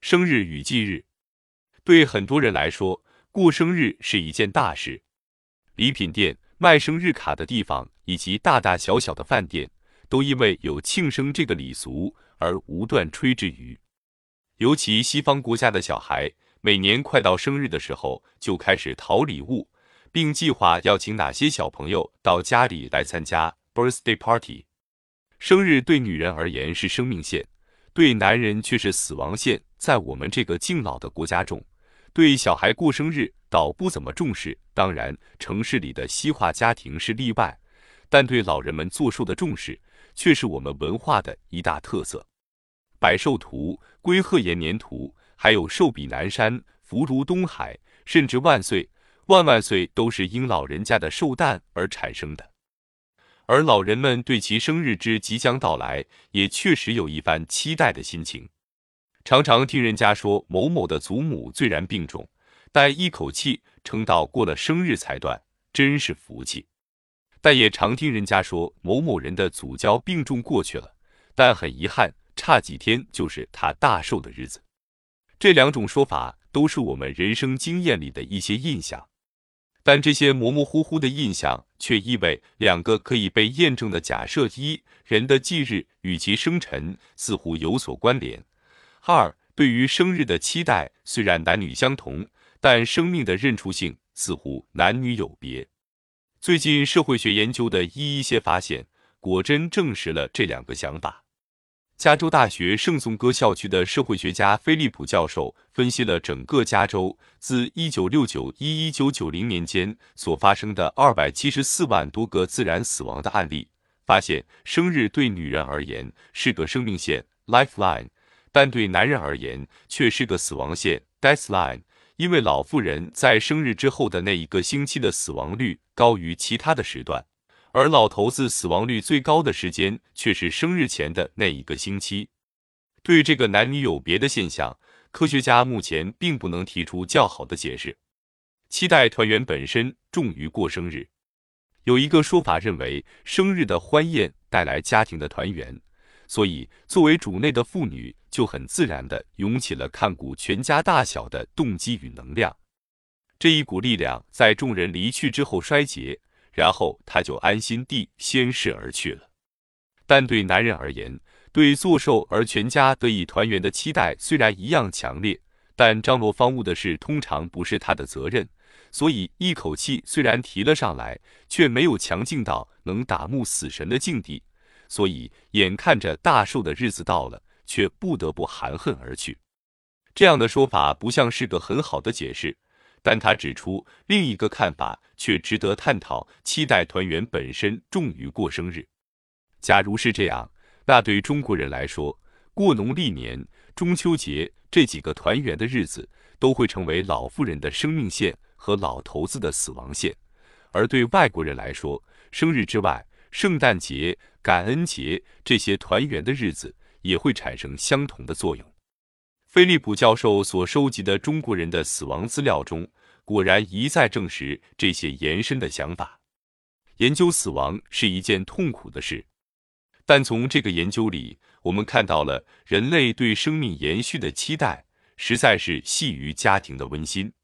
生日与忌日，对很多人来说，过生日是一件大事。礼品店、卖生日卡的地方以及大大小小的饭店，都因为有庆生这个礼俗而无断吹之余。尤其西方国家的小孩，每年快到生日的时候就开始淘礼物，并计划要请哪些小朋友到家里来参加 birthday party。生日对女人而言是生命线，对男人却是死亡线。在我们这个敬老的国家中，对小孩过生日倒不怎么重视，当然城市里的西化家庭是例外，但对老人们做寿的重视却是我们文化的一大特色。百寿图、龟鹤延年图，还有寿比南山、福如东海，甚至万岁、万万岁都是因老人家的寿诞而产生的。而老人们对其生日之即将到来，也确实有一番期待的心情。常常听人家说某某的祖母虽然病重，但一口气撑到过了生日才断，真是福气。但也常听人家说某某人的祖交病重过去了，但很遗憾，差几天就是他大寿的日子。这两种说法都是我们人生经验里的一些印象，但这些模模糊糊的印象却意味两个可以被验证的假设：一，人的忌日与其生辰似乎有所关联；二，对于生日的期待虽然男女相同，但生命的认出性似乎男女有别。最近社会学研究的一些发现，果真证实了这两个想法。加州大学圣颂歌校区的社会学家菲利普教授分析了整个加州自1969-1990年间所发生的274万多个自然死亡的案例，发现生日对女人而言是个生命线 lifeline， 但对男人而言却是个死亡线 deathline， 因为老妇人在生日之后的那一个星期的死亡率高于其他的时段，而老头子死亡率最高的时间却是生日前的那一个星期。对这个男女有别的现象，科学家目前并不能提出较好的解释。期待团圆本身重于过生日。有一个说法认为，生日的欢宴带来家庭的团圆，所以作为主内的妇女就很自然地涌起了看顾全家大小的动机与能量。这一股力量在众人离去之后衰竭，然后他就安心地仙逝而去了。但对男人而言，对做寿而全家得以团圆的期待虽然一样强烈，但张罗方物的事通常不是他的责任，所以一口气虽然提了上来，却没有强劲到能打目死神的境地，所以眼看着大寿的日子到了，却不得不含恨而去。这样的说法不像是个很好的解释，但他指出另一个看法却值得探讨：期待团圆本身重于过生日。假如是这样，那对中国人来说，过农历年、中秋节这几个团圆的日子都会成为老妇人的生命线和老头子的死亡线；而对外国人来说，生日之外，圣诞节、感恩节这些团圆的日子也会产生相同的作用。菲利普教授所收集的中国人的死亡资料中，果然一再证实这些延伸的想法。研究死亡是一件痛苦的事，但从这个研究里，我们看到了人类对生命延续的期待，实在是系于家庭的温馨。